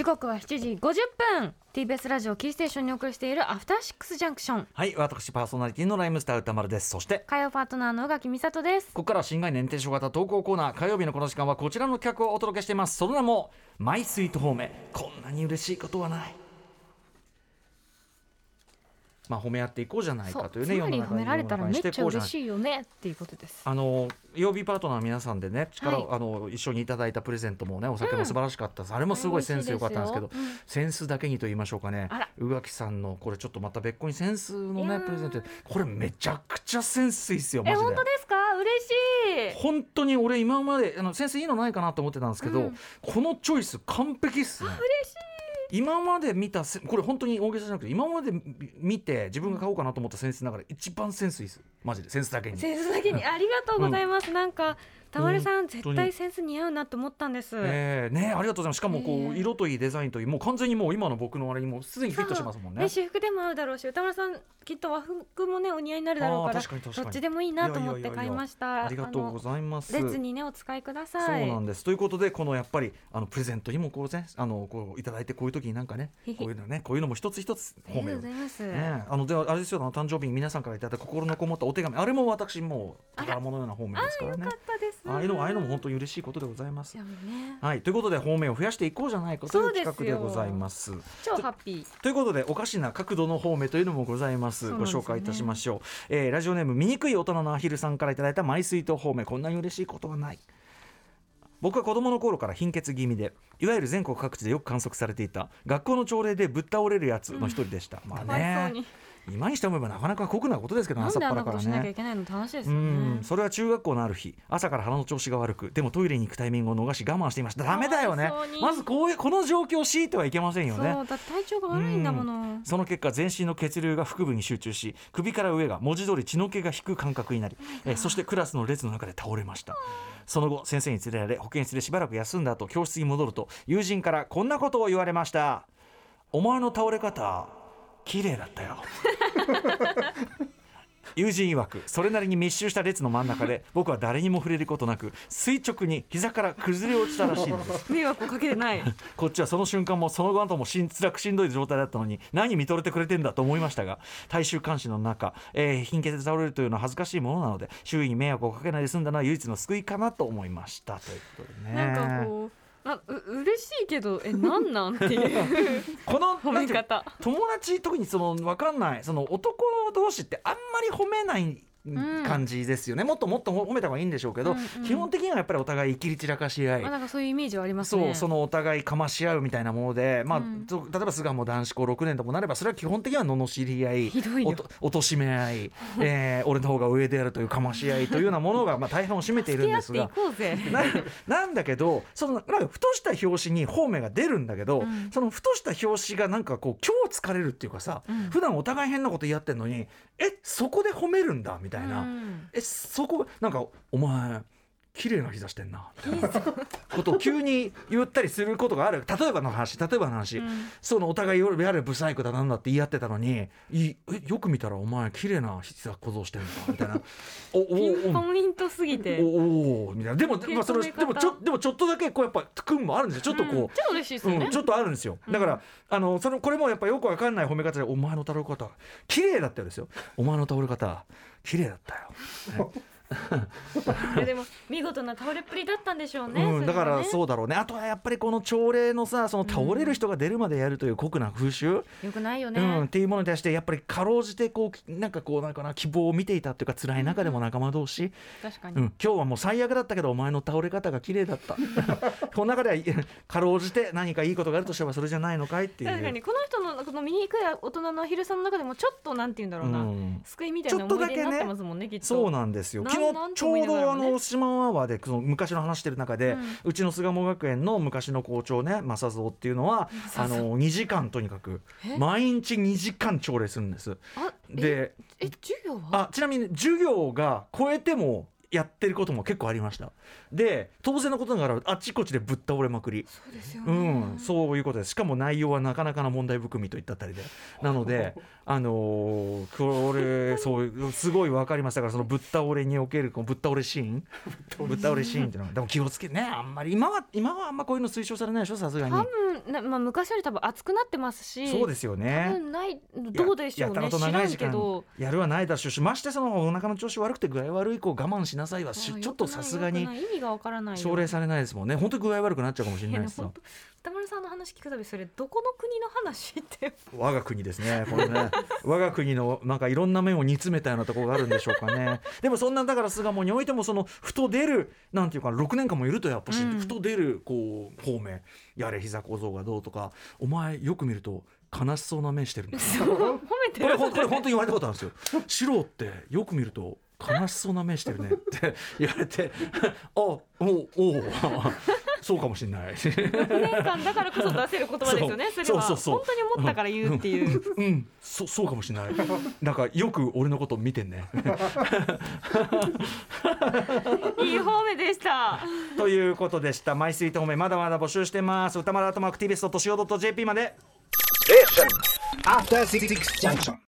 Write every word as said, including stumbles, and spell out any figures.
刻はしちじごじゅっぷん ティービーエス ラジオキーステーションにお送りしているアフターシックスジャンクション。 はい、私パーソナリティのライムスター歌丸です。そして火曜パートナーの宇垣美里です。 ここから新概念提唱型投稿コーナー、火曜日のこの時間はこちらの企画をお届けしています。その名もマイスイートホーム。こんなに嬉しいことはない。まあ、褒め合っていこうじゃないかというね。 つまり褒められたらめっちゃ嬉しいよねっていうことです。 あの曜日パートナーの皆さんでね力、 はい、 あの一緒にいただいたプレゼントもね、お酒も素晴らしかったです、うん、あれもすごいセンス良かったんですけど、うん、センスだけにと言いましょうかね。宇垣さんのこれちょっとまた別個にセンスのねプレゼント、これめちゃくちゃセンスいいっすよマジで。 え本当ですか？嬉しい。 本当に俺今まであのセンスいいのないかなと思ってたんですけど、うん、このチョイス完璧っすね。 嬉しい。 今まで見たこれ本当に大げさじゃなくて今まで見て自分が買おうかなと思ったセンスの中で一番センスいいですマジで。センスだけにセンスだけにありがとうございます、うん、なんか田丸さん絶対センス似合うなと思ったんです、 えーね、ありがとうございます。しかもこう、えー、色といいデザインといいもう完全にもう今の僕のあれにもうすでにフィットしてますもんね。 ね、私服でも合うだろうし田丸さんきっと和服もねお似合いになるだろうからどっちでもいいなと思って買いました。いやいやいやいやありがとうございます。 列にねお使いください。 そうなんです。ということでこのやっぱりあのプレゼントにもこう、ね、あのこういただいてこういう時になんかねこういうのねこういうのも一つ一つ褒めをありがとうございます、 ね、あのであれですよ、あの誕生日に皆さんからいただいた心のこもったお手紙、あれも私もう宝物のような方面ですからね。 あよかったです。 ああいうのもああいうのも本当に嬉しいことでございます。 ね、 はい、ということで方面を増やしていこうじゃないかという企画でございます。 超ハッピーと, ということでおかしな角度の方面というのもございます。ご紹介いたしましょう、えー、ラジオネーム醜い大人のアヒルさんからいただいたマイスイート方面。こんなに嬉しいことはない。僕は子供の頃から貧血気味でいわゆる全国各地でよく観測されていた学校の朝礼でぶっ倒れるやつの一人でした、うん、まあね今にして思えばなかなか酷なことですけど、朝っぱらからね。なんであんなことしなきゃいけないのって話ですよね。うん、それは中学校のある日、朝から鼻の調子が悪く、でもトイレに行くタイミングを逃し我慢していました。ダメだよね。まずこういうこの状況を強いてはいけませんよね。 そうだって体調が悪いんだもの。 その結果全身の血流が腹部に集中し、首から上が文字通り血の気が引く感覚になり、えそしてクラスの列の中で倒れました。その後先生に連れられ保健室でしばらく休んだ後、教室に戻ると友人からこんなことを言われました。お前の倒れ方綺麗だったよ友人曰くそれなりに密集した列の真ん中で僕は誰にも触れることなく垂直に膝から崩れ落ちたらしいのです迷惑をかけてないこっちはその瞬間もその後もしん辛くしんどい状態だったのに何見とれてくれてんだと思いましたが、大衆監視の中、えー、貧血で倒れるというのは恥ずかしいものなので周囲に迷惑をかけないで済んだのは唯一の救いかなと思いましたということでね。 なんかこうあう嬉しいけどえなんなんっていうこの褒め方、 友達特にその分かんないその男同士ってあんまり褒めない感じですよね、うん、もっともっと褒めた方がいいんでしょうけど、うんうん、基本的にはやっぱりお互い生きり散らかし合い、 まあ、なんかそういうイメージはありますね。 そうそのお互いかまし合うみたいなもので、まあうん、例えば菅も男子校ろくねんともなればそれは基本的には罵り合いおとしめ合い、えー、俺の方が上であるというかまし合いというようなものがまあ大半を占めているんですがな, なんだけどそのなんかふとした拍子に方面が出るんだけど、うん、そのふとした拍子がなんかこう今日疲れるっていうかさ、うん、普段お互い変なこと言い合ってんのにえそこで褒めるんだみたいな、うん、えそこなんかお前綺麗な膝してんなみたいなことを急に言ったりすることがある。例えばの話例えばの話、うん、そのお互いやれブサイクだなんだって言い合ってたのにいえよく見たらお前綺麗な膝小僧してんだみたいなおおピンポイントすぎておおみたいな。でも、まあ、それでもちょでもちょっとだけこうやっぱ訓もあるんですよ。ちょっとこう、うん、 ちょっと嬉しいですよね、 うん、ちょっとあるんですよ。だから、うん、あのそのこれもやっぱよくわかんない褒め方でお前の倒れ方綺麗だったよですよ。お前の倒れ方綺麗だったよ、ねいやでも見事な倒れっぷりだったんでしょうね、 うん、だからそうだろうね。あとはやっぱりこの朝礼のさその倒れる人が出るまでやるという酷な風習、 うん、よくないよね、 うん、っていうものに対してやっぱりかろうじてこうなんかこうなんかな希望を見ていたっていうか辛い中でも仲間同士、うん、 確かに、 うん、今日はもう最悪だったけどお前の倒れ方が綺麗だったこの中ではかろうじて何かいいことがあるとしてはそれじゃないのかいっていう。 確かにこの人のこの醜い大人のアヒルさんの中でもちょっとなんて言うんだろうな、うん、救いみたいな思い出になってますもんね、きっと。 そうなんですよ。昨日ちょうどあのシマワーワーでその昔の話してる中で、うん、うちの巣鴨学園の昔の校長ね正蔵っていうのはあのにじかんとにかく毎日にじかん朝礼するんです。 あでええ授業はあちなみに授業が超えてもやってることも結構ありました。で当然のことながらあっちこっちでぶっ倒れまくり、 そうですよね、 うん、そういうことです。しかも内容はなかなかな問題含みといったあたりで、なのであのー、これそうすごい分かりましたから、そのぶっ倒れにおけるこのぶっ倒れシーンぶっ倒れシーンっていうのはでも気をつけね、あんまり今は今はあんまこういうの推奨されないでしょ、さすがに。 多分な、まあ、昔より多分熱くなってますし、 そうですよね、 多分ないどうでしょうね、 やったこと長い時間知らんけどやるはないだし、ましてそのお腹の調子悪くて具合悪い子を我慢しなさいはちょっとさすがに意味がわからないよ、 奨励されないですもんね。本当に具合悪くなっちゃうかもしれないですよ。 歌丸さんの話聞くたびそれどこの国の話って我が国ですねこれね我が国のなんかいろんな面を煮詰めたようなところがあるんでしょうかね。でもそんなだから巣鴨においてもそのふと出るなんていうかろくねんかんもいるとやっぱし、うん、ふと出るこう方面やれ膝小僧がどうとか、お前よく見ると悲しそうな目してるんだ褒めてるこれこれ本当に言われたことあるんですよ。シロってよく見ると悲しそうな目してるねって言われてあおおそうかもしれない。ろくねんかんだからこそ出せる言葉ですよね。それは本当に思ったから言うっていう、 うん、うん、そ, そうかもしれない。なんかよく俺のこと見てんねいい方面でしたということでした。マイスイート方面まだまだ募集してます。歌丸アットマーク ティービーエスドットシーオードットジェーピー まで。After シックス junction